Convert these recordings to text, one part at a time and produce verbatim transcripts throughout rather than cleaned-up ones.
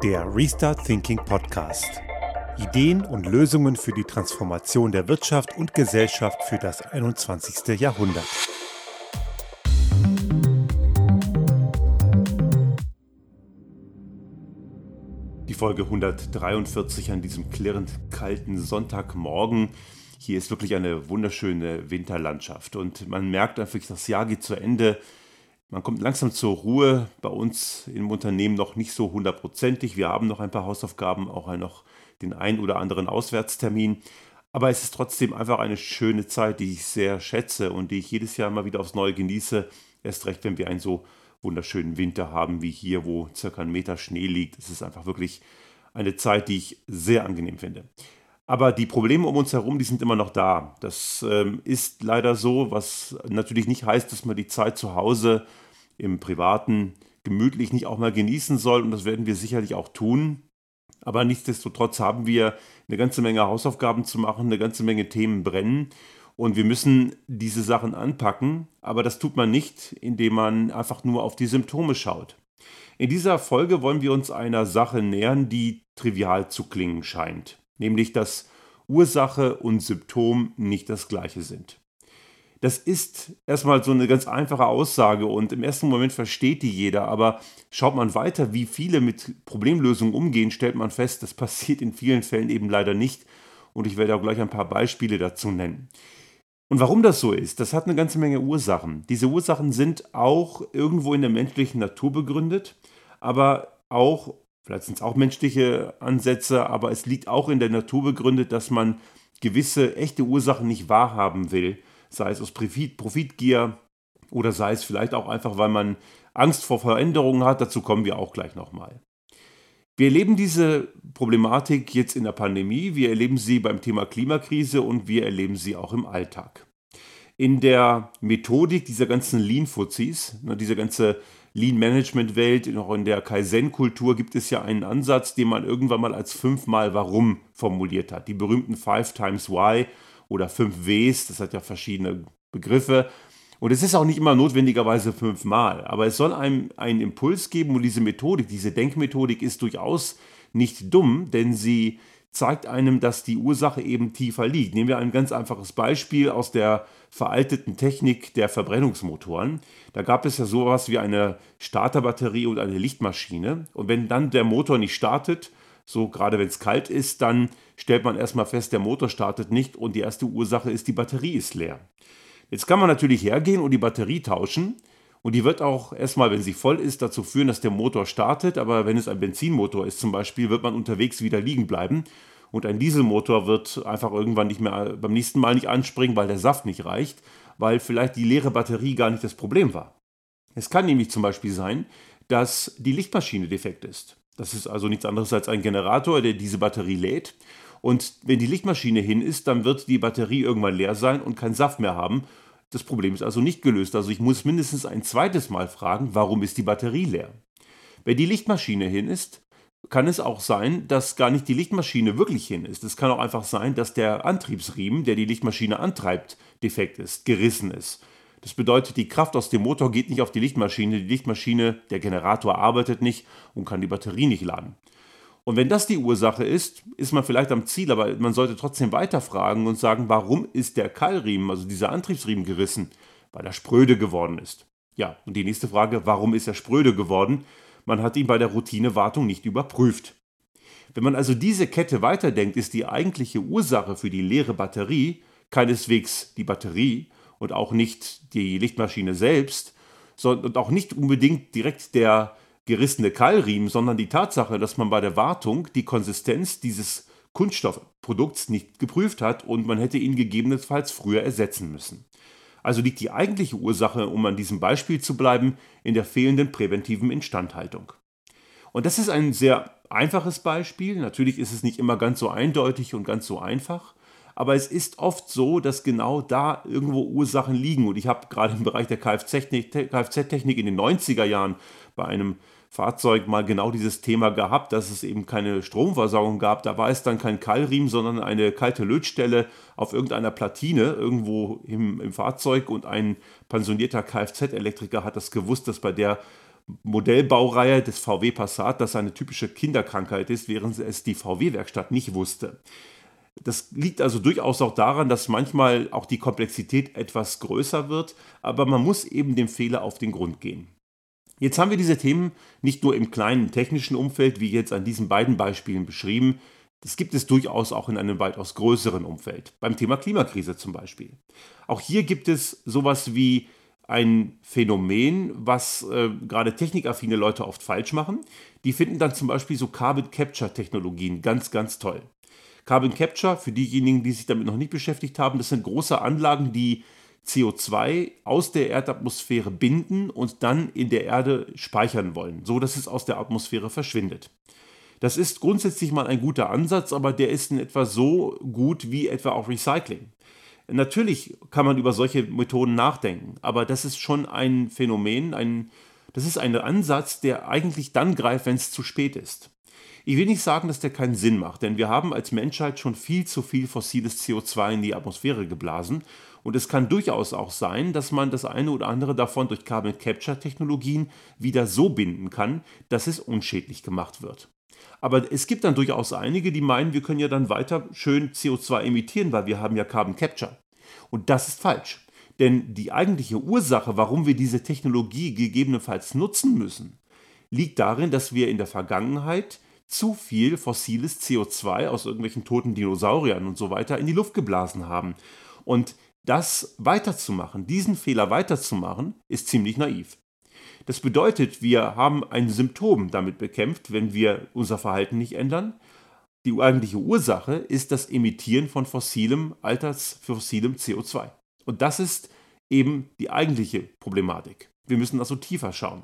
Der Restart Thinking Podcast. Ideen und Lösungen für die Transformation der Wirtschaft und Gesellschaft für das einundzwanzigste. Jahrhundert. Die Folge hundertdreiundvierzig an diesem klirrend kalten Sonntagmorgen. Hier ist wirklich eine wunderschöne Winterlandschaft und man merkt einfach, das Jahr geht zu Ende. Man kommt langsam zur Ruhe, bei uns im Unternehmen noch nicht so hundertprozentig. Wir haben noch ein paar Hausaufgaben, auch noch den ein oder anderen Auswärtstermin. Aber es ist trotzdem einfach eine schöne Zeit, die ich sehr schätze und die ich jedes Jahr mal wieder aufs Neue genieße. Erst recht, wenn wir einen so wunderschönen Winter haben wie hier, wo circa ein Meter Schnee liegt. Es ist einfach wirklich eine Zeit, die ich sehr angenehm finde. Aber die Probleme um uns herum, die sind immer noch da. Das ähm, ist leider so, was natürlich nicht heißt, dass man die Zeit zu Hause im Privaten gemütlich nicht auch mal genießen soll. Und das werden wir sicherlich auch tun. Aber nichtsdestotrotz haben wir eine ganze Menge Hausaufgaben zu machen, eine ganze Menge Themen brennen. Und wir müssen diese Sachen anpacken. Aber das tut man nicht, indem man einfach nur auf die Symptome schaut. In dieser Folge wollen wir uns einer Sache nähern, die trivial zu klingen scheint. Nämlich, dass Ursache und Symptom nicht das gleiche sind. Das ist erstmal so eine ganz einfache Aussage und im ersten Moment versteht die jeder, aber schaut man weiter, wie viele mit Problemlösungen umgehen, stellt man fest, das passiert in vielen Fällen eben leider nicht und ich werde auch gleich ein paar Beispiele dazu nennen. Und warum das so ist, das hat eine ganze Menge Ursachen. Diese Ursachen sind auch irgendwo in der menschlichen Natur begründet, aber auch Vielleicht sind es auch menschliche Ansätze, aber es liegt auch in der Natur begründet, dass man gewisse echte Ursachen nicht wahrhaben will, sei es aus Profit, Profitgier oder sei es vielleicht auch einfach, weil man Angst vor Veränderungen hat. Dazu kommen wir auch gleich nochmal. Wir erleben diese Problematik jetzt in der Pandemie, wir erleben sie beim Thema Klimakrise und wir erleben sie auch im Alltag. In der Methodik dieser ganzen Lean-Fuzis, dieser ganze Lean-Management-Welt, auch in der Kaizen-Kultur gibt es ja einen Ansatz, den man irgendwann mal als fünfmal Warum formuliert hat. Die berühmten Five Times Why oder fünf Ws, das hat ja verschiedene Begriffe. Und es ist auch nicht immer notwendigerweise fünfmal, aber es soll einem einen Impuls geben und diese Methodik, diese Denkmethodik ist durchaus nicht dumm, denn sie zeigt einem, dass die Ursache eben tiefer liegt. Nehmen wir ein ganz einfaches Beispiel aus der veralteten Technik der Verbrennungsmotoren. Da gab es ja sowas wie eine Starterbatterie und eine Lichtmaschine. Und wenn dann der Motor nicht startet, so gerade wenn es kalt ist, dann stellt man erstmal fest, der Motor startet nicht und die erste Ursache ist, die Batterie ist leer. Jetzt kann man natürlich hergehen und die Batterie tauschen. Und die wird auch erstmal, wenn sie voll ist, dazu führen, dass der Motor startet. Aber wenn es ein Benzinmotor ist zum Beispiel, wird man unterwegs wieder liegen bleiben. Und ein Dieselmotor wird einfach irgendwann nicht mehr, beim nächsten Mal nicht anspringen, weil der Saft nicht reicht, weil vielleicht die leere Batterie gar nicht das Problem war. Es kann nämlich zum Beispiel sein, dass die Lichtmaschine defekt ist. Das ist also nichts anderes als ein Generator, der diese Batterie lädt. Und wenn die Lichtmaschine hin ist, dann wird die Batterie irgendwann leer sein und keinen Saft mehr haben. Das Problem ist also nicht gelöst. Also ich muss mindestens ein zweites Mal fragen, warum ist die Batterie leer? Wenn die Lichtmaschine hin ist, kann es auch sein, dass gar nicht die Lichtmaschine wirklich hin ist. Es kann auch einfach sein, dass der Antriebsriemen, der die Lichtmaschine antreibt, defekt ist, gerissen ist. Das bedeutet, die Kraft aus dem Motor geht nicht auf die Lichtmaschine. Die Lichtmaschine, der Generator arbeitet nicht und kann die Batterie nicht laden. Und wenn das die Ursache ist, ist man vielleicht am Ziel, aber man sollte trotzdem weiterfragen und sagen, warum ist der Keilriemen, also dieser Antriebsriemen gerissen? Weil er spröde geworden ist. Ja, und die nächste Frage, warum ist er spröde geworden? Man hat ihn bei der Routinewartung nicht überprüft. Wenn man also diese Kette weiterdenkt, ist die eigentliche Ursache für die leere Batterie keineswegs die Batterie und auch nicht die Lichtmaschine selbst, sondern und auch nicht unbedingt direkt der gerissene Keilriemen, sondern die Tatsache, dass man bei der Wartung die Konsistenz dieses Kunststoffprodukts nicht geprüft hat und man hätte ihn gegebenenfalls früher ersetzen müssen. Also liegt die eigentliche Ursache, um an diesem Beispiel zu bleiben, in der fehlenden präventiven Instandhaltung. Und das ist ein sehr einfaches Beispiel. Natürlich ist es nicht immer ganz so eindeutig und ganz so einfach, aber es ist oft so, dass genau da irgendwo Ursachen liegen. Und ich habe gerade im Bereich der Kfz-Technik in den neunziger Jahren bei einem Fahrzeug mal genau dieses Thema gehabt, dass es eben keine Stromversorgung gab. Da war es dann kein Keilriemen, sondern eine kalte Lötstelle auf irgendeiner Platine irgendwo im, im Fahrzeug und ein pensionierter Kfz-Elektriker hat das gewusst, dass bei der Modellbaureihe des V W Passat, das eine typische Kinderkrankheit ist, während es die V W-Werkstatt nicht wusste. Das liegt also durchaus auch daran, dass manchmal auch die Komplexität etwas größer wird, aber man muss eben dem Fehler auf den Grund gehen. Jetzt haben wir diese Themen nicht nur im kleinen technischen Umfeld, wie jetzt an diesen beiden Beispielen beschrieben, das gibt es durchaus auch in einem weitaus größeren Umfeld, beim Thema Klimakrise zum Beispiel. Auch hier gibt es sowas wie ein Phänomen, was äh, gerade technikaffine Leute oft falsch machen. Die finden dann zum Beispiel so Carbon Capture Technologien ganz, ganz toll. Carbon Capture, für diejenigen, die sich damit noch nicht beschäftigt haben, das sind große Anlagen, die C O zwei aus der Erdatmosphäre binden und dann in der Erde speichern wollen, so dass es aus der Atmosphäre verschwindet. Das ist grundsätzlich mal ein guter Ansatz, aber der ist in etwa so gut wie etwa auch Recycling. Natürlich kann man über solche Methoden nachdenken, aber das ist schon ein Phänomen, ein, das ist ein Ansatz, der eigentlich dann greift, wenn es zu spät ist. Ich will nicht sagen, dass der keinen Sinn macht, denn wir haben als Menschheit schon viel zu viel fossiles C O zwei in die Atmosphäre geblasen und es kann durchaus auch sein, dass man das eine oder andere davon durch Carbon Capture Technologien wieder so binden kann, dass es unschädlich gemacht wird. Aber es gibt dann durchaus einige, die meinen, wir können ja dann weiter schön C O zwei emittieren, weil wir haben ja Carbon Capture. Und das ist falsch. Denn die eigentliche Ursache, warum wir diese Technologie gegebenenfalls nutzen müssen, liegt darin, dass wir in der Vergangenheit zu viel fossiles C O zwei aus irgendwelchen toten Dinosauriern und so weiter in die Luft geblasen haben. Und das weiterzumachen, diesen Fehler weiterzumachen, ist ziemlich naiv. Das bedeutet, wir haben ein Symptom damit bekämpft, wenn wir unser Verhalten nicht ändern. Die eigentliche Ursache ist das Emittieren von fossilem, alters fossilem C O zwei. Und das ist eben die eigentliche Problematik. Wir müssen also tiefer schauen.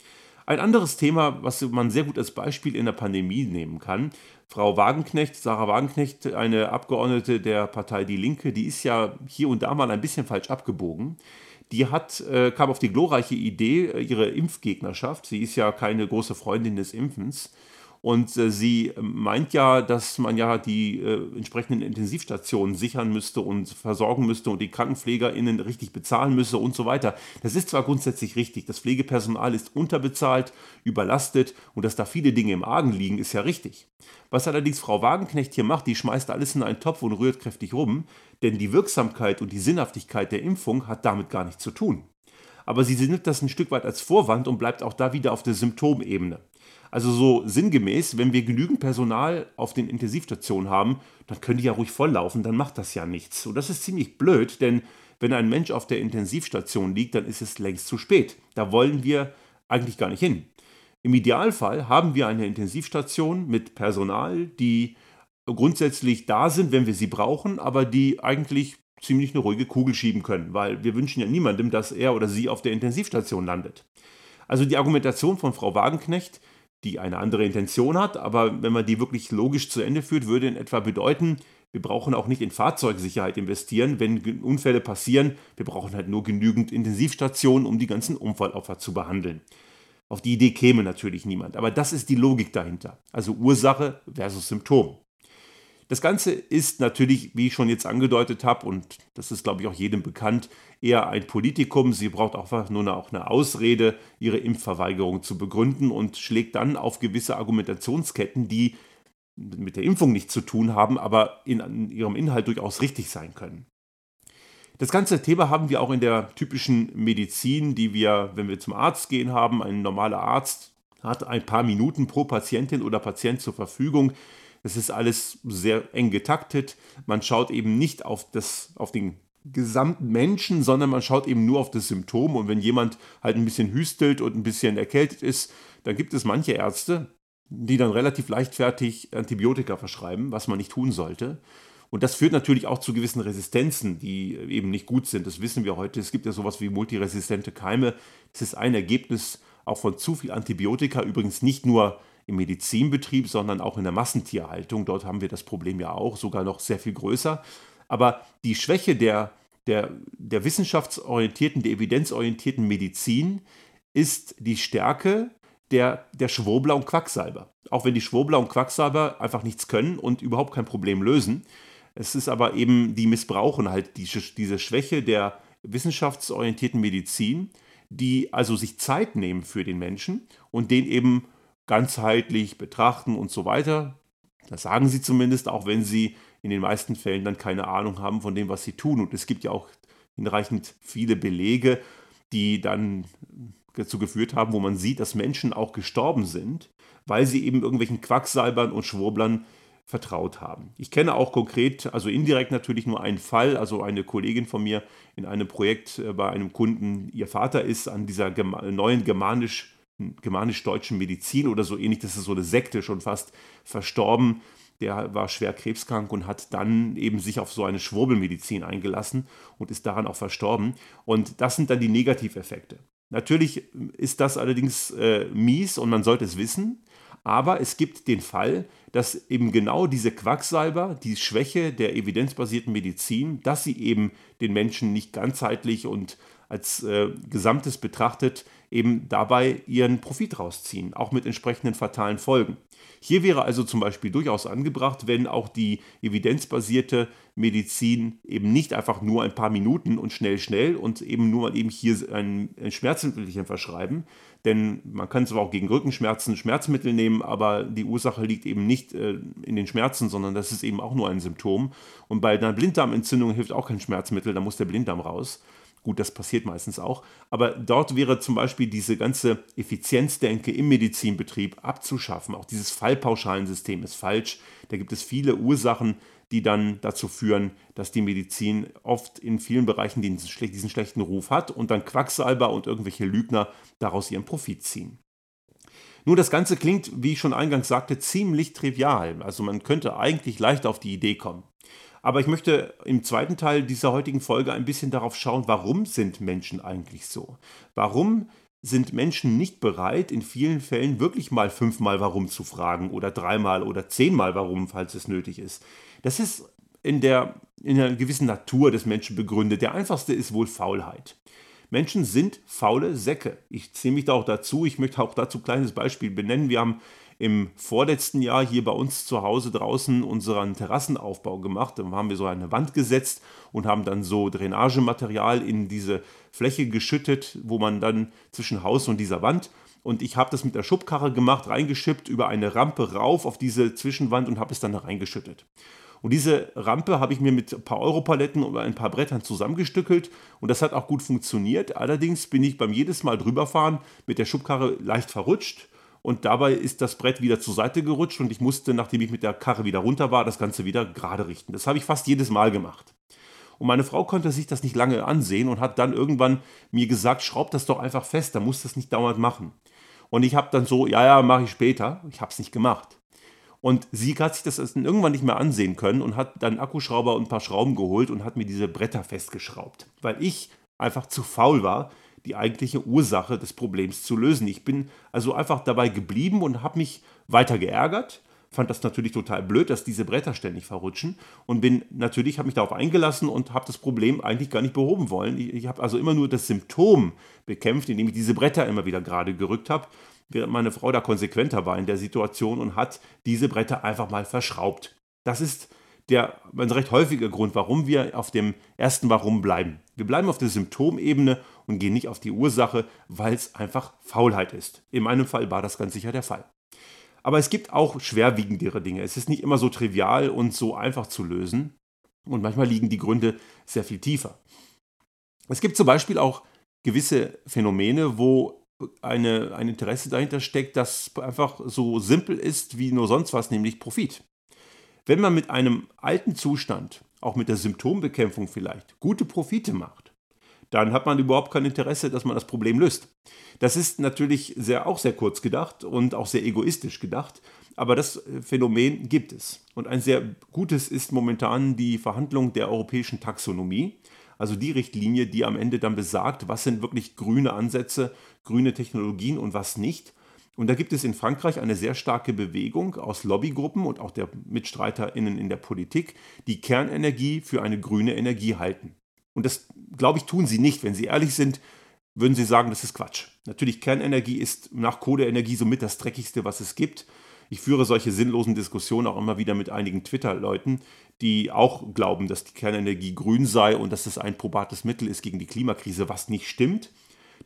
Ein anderes Thema, was man sehr gut als Beispiel in der Pandemie nehmen kann: Frau Wagenknecht, Sarah Wagenknecht, eine Abgeordnete der Partei Die Linke, die ist ja hier und da mal ein bisschen falsch abgebogen. Die hat, äh, kam auf die glorreiche Idee, ihre Impfgegnerschaft, sie ist ja keine große Freundin des Impfens, und äh, sie meint ja, dass man ja die äh, entsprechenden Intensivstationen sichern müsste und versorgen müsste und die KrankenpflegerInnen richtig bezahlen müsse und so weiter. Das ist zwar grundsätzlich richtig, das Pflegepersonal ist unterbezahlt, überlastet und dass da viele Dinge im Argen liegen, ist ja richtig. Was allerdings Frau Wagenknecht hier macht, die schmeißt alles in einen Topf und rührt kräftig rum, denn die Wirksamkeit und die Sinnhaftigkeit der Impfung hat damit gar nichts zu tun. Aber sie nimmt das ein Stück weit als Vorwand und bleibt auch da wieder auf der Symptomebene. Also so sinngemäß, wenn wir genügend Personal auf den Intensivstationen haben, dann können die ja ruhig volllaufen, dann macht das ja nichts. Und das ist ziemlich blöd, denn wenn ein Mensch auf der Intensivstation liegt, dann ist es längst zu spät. Da wollen wir eigentlich gar nicht hin. Im Idealfall haben wir eine Intensivstation mit Personal, die grundsätzlich da sind, wenn wir sie brauchen, aber die eigentlich ziemlich eine ruhige Kugel schieben können, weil wir wünschen ja niemandem, dass er oder sie auf der Intensivstation landet. Also die Argumentation von Frau Wagenknecht, die eine andere Intention hat, aber wenn man die wirklich logisch zu Ende führt, würde in etwa bedeuten, wir brauchen auch nicht in Fahrzeugsicherheit investieren, wenn Unfälle passieren. Wir brauchen halt nur genügend Intensivstationen, um die ganzen Unfallopfer zu behandeln. Auf die Idee käme natürlich niemand, aber das ist die Logik dahinter. Also Ursache versus Symptom. Das Ganze ist natürlich, wie ich schon jetzt angedeutet habe, und das ist, glaube ich, auch jedem bekannt, eher ein Politikum. Sie braucht auch einfach nur eine, auch eine Ausrede, ihre Impfverweigerung zu begründen und schlägt dann auf gewisse Argumentationsketten, die mit der Impfung nichts zu tun haben, aber in, in ihrem Inhalt durchaus richtig sein können. Das ganze Thema haben wir auch in der typischen Medizin, die wir, wenn wir zum Arzt gehen, haben. Ein normaler Arzt hat ein paar Minuten pro Patientin oder Patient zur Verfügung. Das ist alles sehr eng getaktet. Man schaut eben nicht auf, das, auf den gesamten Menschen, sondern man schaut eben nur auf das Symptom. Und wenn jemand halt ein bisschen hüstelt und ein bisschen erkältet ist, dann gibt es manche Ärzte, die dann relativ leichtfertig Antibiotika verschreiben, was man nicht tun sollte. Und das führt natürlich auch zu gewissen Resistenzen, die eben nicht gut sind. Das wissen wir heute. Es gibt ja sowas wie multiresistente Keime. Das ist ein Ergebnis auch von zu viel Antibiotika, übrigens nicht nur im Medizinbetrieb, sondern auch in der Massentierhaltung. Dort haben wir das Problem ja auch, sogar noch sehr viel größer. Aber die Schwäche der, der, der wissenschaftsorientierten, der evidenzorientierten Medizin ist die Stärke der, der Schwurbler und Quacksalber. Auch wenn die Schwurbler und Quacksalber einfach nichts können und überhaupt kein Problem lösen. Es ist aber eben, die missbrauchen halt die, diese Schwäche der wissenschaftsorientierten Medizin, die also sich Zeit nehmen für den Menschen und den eben ganzheitlich betrachten und so weiter. Das sagen sie zumindest, auch wenn sie in den meisten Fällen dann keine Ahnung haben von dem, was sie tun. Und es gibt ja auch hinreichend viele Belege, die dann dazu geführt haben, wo man sieht, dass Menschen auch gestorben sind, weil sie eben irgendwelchen Quacksalbern und Schwurblern vertraut haben. Ich kenne auch konkret, also indirekt natürlich nur einen Fall, also eine Kollegin von mir in einem Projekt äh, bei einem Kunden, ihr Vater ist an dieser gema- neuen germanisch, germanisch-deutschen Medizin oder so ähnlich, das ist so eine Sekte schon fast, verstorben. Der war schwer krebskrank und hat dann eben sich auf so eine Schwurbelmedizin eingelassen und ist daran auch verstorben. Und das sind dann die Negativeffekte. Natürlich ist das allerdings äh, mies und man sollte es wissen, aber es gibt den Fall, dass eben genau diese Quacksalber, die Schwäche der evidenzbasierten Medizin, dass sie eben den Menschen nicht ganzheitlich und als äh, Gesamtes betrachtet, eben dabei ihren Profit rausziehen, auch mit entsprechenden fatalen Folgen. Hier wäre also zum Beispiel durchaus angebracht, wenn auch die evidenzbasierte Medizin eben nicht einfach nur ein paar Minuten und schnell, schnell und eben nur mal eben hier ein, ein Schmerzmittelchen verschreiben. Denn man kann zwar auch gegen Rückenschmerzen Schmerzmittel nehmen, aber die Ursache liegt eben nicht äh, in den Schmerzen, sondern das ist eben auch nur ein Symptom. Und bei einer Blinddarmentzündung hilft auch kein Schmerzmittel, da muss der Blinddarm raus. Gut, das passiert meistens auch. Aber dort wäre zum Beispiel diese ganze Effizienzdenke im Medizinbetrieb abzuschaffen. Auch dieses Fallpauschalensystem ist falsch. Da gibt es viele Ursachen, die dann dazu führen, dass die Medizin oft in vielen Bereichen diesen, diesen schlechten Ruf hat und dann Quacksalber und irgendwelche Lügner daraus ihren Profit ziehen. Nun, das Ganze klingt, wie ich schon eingangs sagte, ziemlich trivial. Also man könnte eigentlich leicht auf die Idee kommen. Aber ich möchte im zweiten Teil dieser heutigen Folge ein bisschen darauf schauen, warum sind Menschen eigentlich so? Warum sind Menschen nicht bereit, in vielen Fällen wirklich mal fünfmal warum zu fragen oder dreimal oder zehnmal warum, falls es nötig ist? Das ist in der, in einer gewissen Natur des Menschen begründet. Der einfachste ist wohl Faulheit. Menschen sind faule Säcke. Ich zähle mich da auch dazu. Ich möchte auch dazu ein kleines Beispiel benennen. Wir haben im vorletzten Jahr hier bei uns zu Hause draußen unseren Terrassenaufbau gemacht. Da haben wir so eine Wand gesetzt und haben dann so Drainagematerial in diese Fläche geschüttet, wo man dann zwischen Haus und dieser Wand. Und ich habe das mit der Schubkarre gemacht, reingeschippt, über eine Rampe rauf auf diese Zwischenwand und habe es dann da reingeschüttet. Und diese Rampe habe ich mir mit ein paar Europaletten oder ein paar Brettern zusammengestückelt und das hat auch gut funktioniert. Allerdings bin ich beim jedes Mal drüberfahren mit der Schubkarre leicht verrutscht und dabei ist das Brett wieder zur Seite gerutscht und ich musste, nachdem ich mit der Karre wieder runter war, das Ganze wieder gerade richten. Das habe ich fast jedes Mal gemacht. Und meine Frau konnte sich das nicht lange ansehen und hat dann irgendwann mir gesagt, schraub das doch einfach fest, da musst du das nicht dauernd machen. Und ich habe dann so, ja, ja, mache ich später. Ich habe es nicht gemacht. Und sie hat sich das dann irgendwann nicht mehr ansehen können und hat dann einen Akkuschrauber und ein paar Schrauben geholt und hat mir diese Bretter festgeschraubt. Weil ich einfach zu faul war, die eigentliche Ursache des Problems zu lösen. Ich bin also einfach dabei geblieben und habe mich weiter geärgert. Fand das natürlich total blöd, dass diese Bretter ständig verrutschen und bin natürlich, habe mich darauf eingelassen und habe das Problem eigentlich gar nicht behoben wollen. Ich, ich habe also immer nur das Symptom bekämpft, indem ich diese Bretter immer wieder gerade gerückt habe, während meine Frau da konsequenter war in der Situation und hat diese Bretter einfach mal verschraubt. Das ist der ein recht häufiger Grund, warum wir auf dem ersten Warum bleiben. Wir bleiben auf der Symptomebene und gehen nicht auf die Ursache, weil es einfach Faulheit ist. In meinem Fall war das ganz sicher der Fall. Aber es gibt auch schwerwiegendere Dinge. Es ist nicht immer so trivial und so einfach zu lösen. Und manchmal liegen die Gründe sehr viel tiefer. Es gibt zum Beispiel auch gewisse Phänomene, wo eine, ein Interesse dahinter steckt, das einfach so simpel ist wie nur sonst was, nämlich Profit. Wenn man mit einem alten Zustand, auch mit der Symptombekämpfung vielleicht, gute Profite macht, dann hat man überhaupt kein Interesse, dass man das Problem löst. Das ist natürlich sehr, auch sehr kurz gedacht und auch sehr egoistisch gedacht, aber das Phänomen gibt es. Und ein sehr gutes ist momentan die Verhandlung der europäischen Taxonomie, also die Richtlinie, die am Ende dann besagt, was sind wirklich grüne Ansätze, grüne Technologien und was nicht. Und da gibt es in Frankreich eine sehr starke Bewegung aus Lobbygruppen und auch der MitstreiterInnen in der Politik, die Kernenergie für eine grüne Energie halten. Und das, glaube ich, tun sie nicht. Wenn sie ehrlich sind, würden sie sagen, das ist Quatsch. Natürlich, Kernenergie ist nach Kohleenergie somit das Dreckigste, was es gibt. Ich führe solche sinnlosen Diskussionen auch immer wieder mit einigen Twitter-Leuten, die auch glauben, dass die Kernenergie grün sei und dass es ein probates Mittel ist gegen die Klimakrise, was nicht stimmt.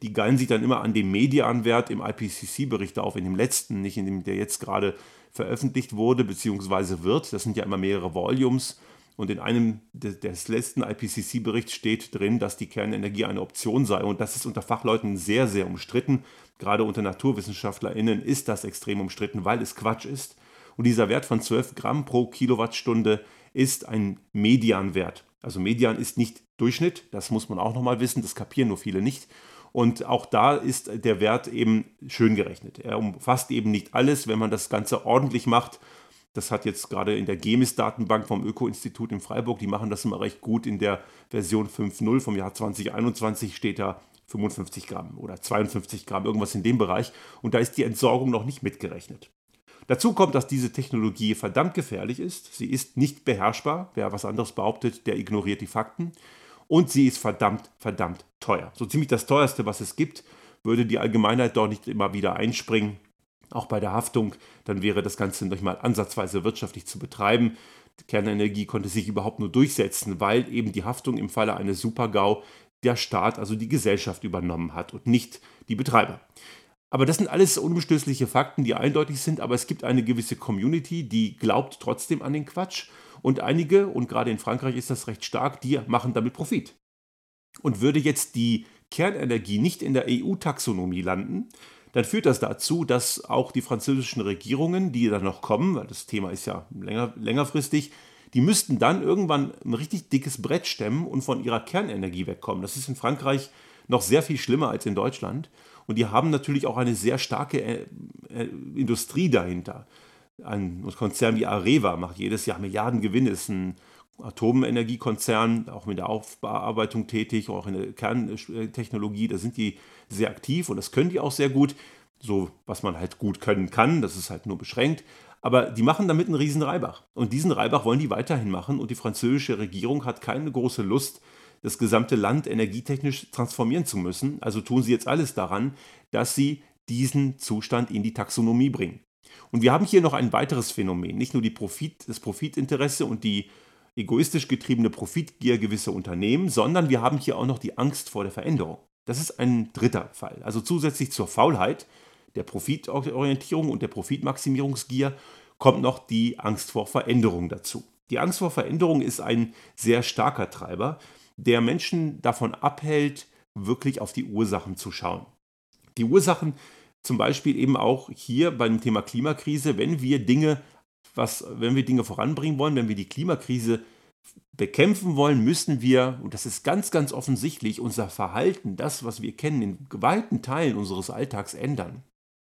die geilen sich dann immer an dem Medianwert im I P C C-Bericht auf, in dem letzten, nicht in dem, der jetzt gerade veröffentlicht wurde bzw. wird. Das sind ja immer mehrere Volumes. Und in einem des, des letzten I P C C-Berichts steht drin, dass die Kernenergie eine Option sei. Und das ist unter Fachleuten sehr, sehr umstritten. Gerade unter NaturwissenschaftlerInnen ist das extrem umstritten, weil es Quatsch ist. Und dieser Wert von zwölf Gramm pro Kilowattstunde ist ein Medianwert. Also Median ist nicht Durchschnitt, das muss man auch nochmal wissen, das kapieren nur viele nicht. Und auch da ist der Wert eben schön gerechnet. Er umfasst eben nicht alles, wenn man das Ganze ordentlich macht. Das hat jetzt gerade in der GEMIS-Datenbank vom Öko-Institut in Freiburg, die machen das immer recht gut. In der Version fünf Punkt null vom Jahr zwanzig einundzwanzig steht da fünfundfünfzig Gramm oder zweiundfünfzig Gramm, irgendwas in dem Bereich. Und da ist die Entsorgung noch nicht mitgerechnet. Dazu kommt, dass diese Technologie verdammt gefährlich ist. Sie ist nicht beherrschbar. Wer was anderes behauptet, der ignoriert die Fakten. Und sie ist verdammt, verdammt teuer. So ziemlich das teuerste, was es gibt. Würde die Allgemeinheit dort nicht immer wieder einspringen, auch bei der Haftung, dann wäre das Ganze nicht mal ansatzweise wirtschaftlich zu betreiben. Die Kernenergie konnte sich überhaupt nur durchsetzen, weil eben die Haftung im Falle eines Super-GAU der Staat, also die Gesellschaft, übernommen hat und nicht die Betreiber. Aber das sind alles unumstößliche Fakten, die eindeutig sind, aber es gibt eine gewisse Community, die glaubt trotzdem an den Quatsch und einige, und gerade in Frankreich ist das recht stark, die machen damit Profit. Und würde jetzt die Kernenergie nicht in der E U-Taxonomie landen, dann führt das dazu, dass auch die französischen Regierungen, die dann noch kommen, weil das Thema ist ja länger, längerfristig, die müssten dann irgendwann ein richtig dickes Brett stemmen und von ihrer Kernenergie wegkommen. Das ist in Frankreich noch sehr viel schlimmer als in Deutschland. Und die haben natürlich auch eine sehr starke äh, äh, Industrie dahinter. Ein Konzern wie Areva macht jedes Jahr Milliarden Gewinne, ist ein Atomenergiekonzern, auch mit der Aufbearbeitung tätig, auch in der Kerntechnologie, da sind die sehr aktiv und das können die auch sehr gut, so was man halt gut können kann, das ist halt nur beschränkt, aber die machen damit einen riesen Reibach und diesen Reibach wollen die weiterhin machen und die französische Regierung hat keine große Lust, das gesamte Land energietechnisch transformieren zu müssen, also tun sie jetzt alles daran, dass sie diesen Zustand in die Taxonomie bringen. Und wir haben hier noch ein weiteres Phänomen, nicht nur die Profit, das Profitinteresse und die egoistisch getriebene Profitgier gewisser Unternehmen, sondern wir haben hier auch noch die Angst vor der Veränderung. Das ist ein dritter Fall. Also zusätzlich zur Faulheit, der Profitorientierung und der Profitmaximierungsgier kommt noch die Angst vor Veränderung dazu. Die Angst vor Veränderung ist ein sehr starker Treiber, der Menschen davon abhält, wirklich auf die Ursachen zu schauen. Die Ursachen zum Beispiel eben auch hier beim Thema Klimakrise, wenn wir Dinge Was, wenn wir Dinge voranbringen wollen, wenn wir die Klimakrise bekämpfen wollen, müssen wir, und das ist ganz, ganz offensichtlich, unser Verhalten, das, was wir kennen, in weiten Teilen unseres Alltags ändern.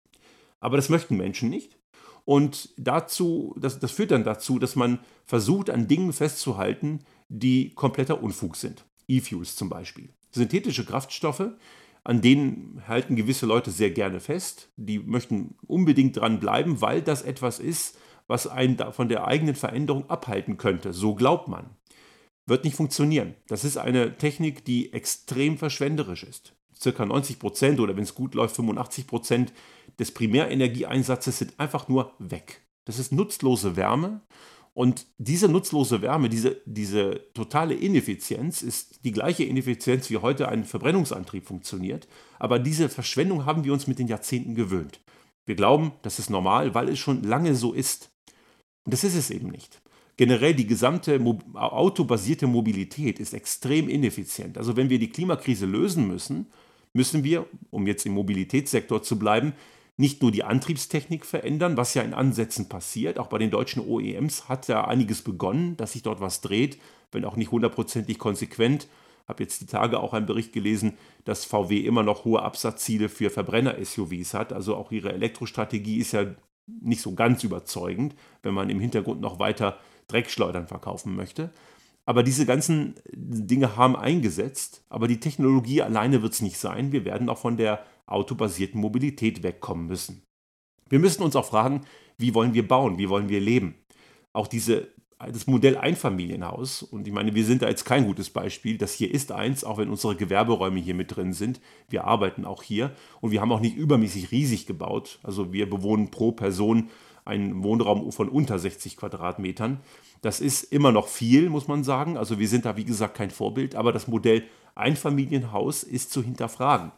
Aber das möchten Menschen nicht. Und dazu, das, das führt dann dazu, dass man versucht, an Dingen festzuhalten, die kompletter Unfug sind. E-Fuels zum Beispiel. Synthetische Kraftstoffe, an denen halten gewisse Leute sehr gerne fest. Die möchten unbedingt dran bleiben, weil das etwas ist, was einen von der eigenen Veränderung abhalten könnte. So glaubt man. Wird nicht funktionieren. Das ist eine Technik, die extrem verschwenderisch ist. Circa neunzig Prozent oder wenn es gut läuft, fünfundachtzig Prozent des Primärenergieeinsatzes sind einfach nur weg. Das ist nutzlose Wärme. Und diese nutzlose Wärme, diese, diese totale Ineffizienz ist die gleiche Ineffizienz, wie heute ein Verbrennungsantrieb funktioniert. Aber diese Verschwendung haben wir uns mit den Jahrzehnten gewöhnt. Wir glauben, das ist normal, weil es schon lange so ist. Und das ist es eben nicht. Generell die gesamte Mo- autobasierte Mobilität ist extrem ineffizient. Also wenn wir die Klimakrise lösen müssen, müssen wir, um jetzt im Mobilitätssektor zu bleiben, nicht nur die Antriebstechnik verändern, was ja in Ansätzen passiert. Auch bei den deutschen O E Ms hat ja einiges begonnen, dass sich dort was dreht, wenn auch nicht hundertprozentig konsequent. Ich habe jetzt die Tage auch einen Bericht gelesen, dass V W immer noch hohe Absatzziele für Verbrenner-S U Vs hat. Also auch ihre Elektrostrategie ist ja nicht so ganz überzeugend, wenn man im Hintergrund noch weiter Dreckschleudern verkaufen möchte. Aber diese ganzen Dinge haben eingesetzt, aber die Technologie alleine wird es nicht sein. Wir werden auch von der autobasierten Mobilität wegkommen müssen. Wir müssen uns auch fragen, wie wollen wir bauen, wie wollen wir leben? Auch diese, das Modell Einfamilienhaus, und ich meine, wir sind da jetzt kein gutes Beispiel, das hier ist eins, auch wenn unsere Gewerberäume hier mit drin sind. Wir arbeiten auch hier und wir haben auch nicht übermäßig riesig gebaut. Also wir bewohnen pro Person einen Wohnraum von unter sechzig Quadratmetern. Das ist immer noch viel, muss man sagen. Also wir sind da, wie gesagt, kein Vorbild, aber das Modell Einfamilienhaus ist zu hinterfragen.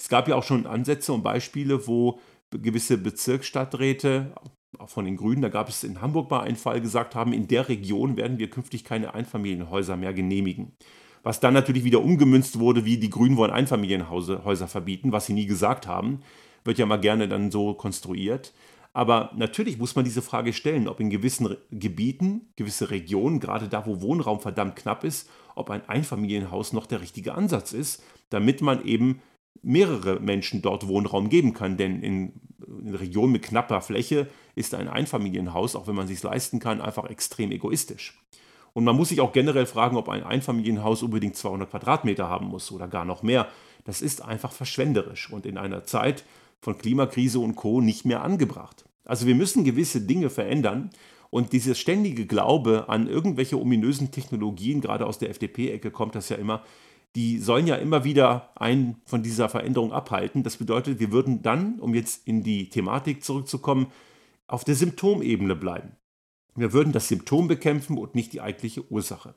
Es gab ja auch schon Ansätze und Beispiele, wo gewisse Bezirksstadträte, auch von den Grünen, da gab es in Hamburg mal einen Fall, gesagt haben, in der Region werden wir künftig keine Einfamilienhäuser mehr genehmigen. Was dann natürlich wieder umgemünzt wurde, wie die Grünen wollen Einfamilienhäuser verbieten, was sie nie gesagt haben, wird ja mal gerne dann so konstruiert. Aber natürlich muss man diese Frage stellen, ob in gewissen Re- Gebieten, gewisse Regionen, gerade da, wo Wohnraum verdammt knapp ist, ob ein Einfamilienhaus noch der richtige Ansatz ist, damit man eben mehrere Menschen dort Wohnraum geben kann. Denn in, in Regionen mit knapper Fläche ist ein Einfamilienhaus, auch wenn man es sich leisten kann, einfach extrem egoistisch. Und man muss sich auch generell fragen, ob ein Einfamilienhaus unbedingt zweihundert Quadratmeter haben muss oder gar noch mehr. Das ist einfach verschwenderisch und in einer Zeit von Klimakrise und Co. nicht mehr angebracht. Also wir müssen gewisse Dinge verändern und dieses ständige Glaube an irgendwelche ominösen Technologien, gerade aus der F D P-Ecke kommt das ja immer, die sollen ja immer wieder einen von dieser Veränderung abhalten. Das bedeutet, wir würden dann, um jetzt in die Thematik zurückzukommen, auf der Symptomebene bleiben. Wir würden das Symptom bekämpfen und nicht die eigentliche Ursache.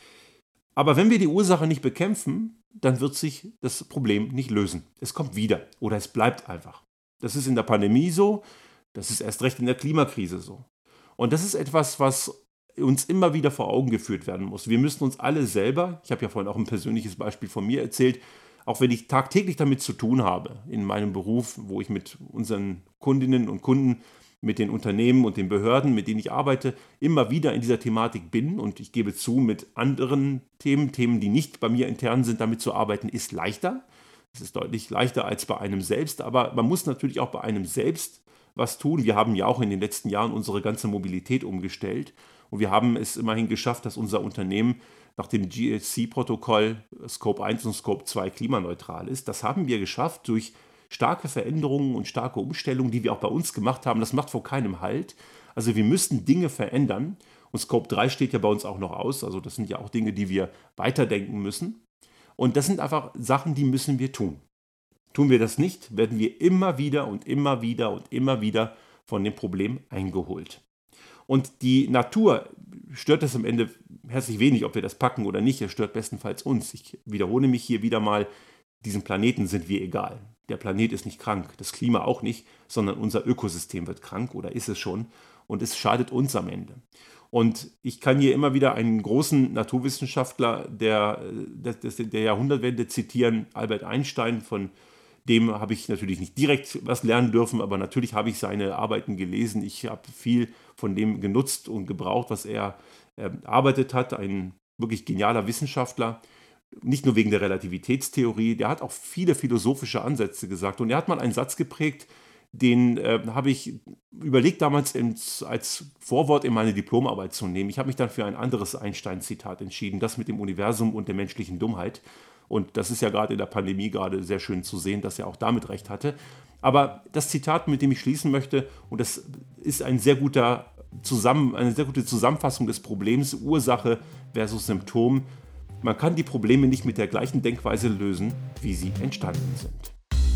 Aber wenn wir die Ursache nicht bekämpfen, dann wird sich das Problem nicht lösen. Es kommt wieder oder es bleibt einfach. Das ist in der Pandemie so, das ist erst recht in der Klimakrise so. Und das ist etwas, was uns immer wieder vor Augen geführt werden muss. Wir müssen uns alle selber, ich habe ja vorhin auch ein persönliches Beispiel von mir erzählt, auch wenn ich tagtäglich damit zu tun habe, in meinem Beruf, wo ich mit unseren Kundinnen und Kunden, mit den Unternehmen und den Behörden, mit denen ich arbeite, immer wieder in dieser Thematik bin und ich gebe zu, mit anderen Themen, Themen, die nicht bei mir intern sind, damit zu arbeiten, ist leichter. Es ist deutlich leichter als bei einem selbst, aber man muss natürlich auch bei einem selbst was tun. Wir haben ja auch in den letzten Jahren unsere ganze Mobilität umgestellt und wir haben es immerhin geschafft, dass unser Unternehmen nach dem G H C-Protokoll Scope eins und Scope zwei klimaneutral ist. Das haben wir geschafft durch starke Veränderungen und starke Umstellungen, die wir auch bei uns gemacht haben. Das macht vor keinem Halt. Also wir müssten Dinge verändern und Scope drei steht ja bei uns auch noch aus. Also das sind ja auch Dinge, die wir weiterdenken müssen. Und das sind einfach Sachen, die müssen wir tun. Tun wir das nicht, werden wir immer wieder und immer wieder und immer wieder von dem Problem eingeholt. Und die Natur stört es am Ende herzlich wenig, ob wir das packen oder nicht. Es stört bestenfalls uns. Ich wiederhole mich hier wieder mal, diesem Planeten sind wir egal. Der Planet ist nicht krank, das Klima auch nicht, sondern unser Ökosystem wird krank oder ist es schon und es schadet uns am Ende. Und ich kann hier immer wieder einen großen Naturwissenschaftler der, der, der Jahrhundertwende zitieren, Albert Einstein, von dem habe ich natürlich nicht direkt was lernen dürfen, aber natürlich habe ich seine Arbeiten gelesen. Ich habe viel von dem genutzt und gebraucht, was er äh, erarbeitet hat. Ein wirklich genialer Wissenschaftler, nicht nur wegen der Relativitätstheorie, der hat auch viele philosophische Ansätze gesagt. Und er hat mal einen Satz geprägt, den äh, habe ich überlegt damals ins, als Vorwort in meine Diplomarbeit zu nehmen. Ich habe mich dann für ein anderes Einstein-Zitat entschieden, das mit dem Universum und der menschlichen Dummheit. Und das ist ja gerade in der Pandemie gerade sehr schön zu sehen, dass er auch damit recht hatte. Aber das Zitat, mit dem ich schließen möchte, und das ist ein sehr guter Zusammen, eine sehr gute Zusammenfassung des Problems, Ursache versus Symptom. Man kann die Probleme nicht mit der gleichen Denkweise lösen, wie sie entstanden sind.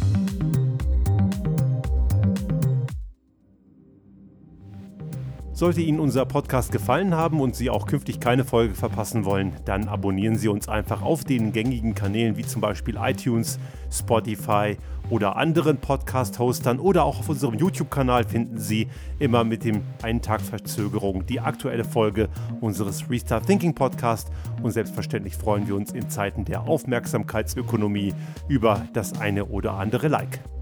Sollte Ihnen unser Podcast gefallen haben und Sie auch künftig keine Folge verpassen wollen, dann abonnieren Sie uns einfach auf den gängigen Kanälen wie zum Beispiel iTunes, Spotify oder anderen Podcast-Hostern oder auch auf unserem YouTube-Kanal finden Sie immer mit dem einen Tag Verzögerung die aktuelle Folge unseres Restart Thinking Podcast und selbstverständlich freuen wir uns in Zeiten der Aufmerksamkeitsökonomie über das eine oder andere Like.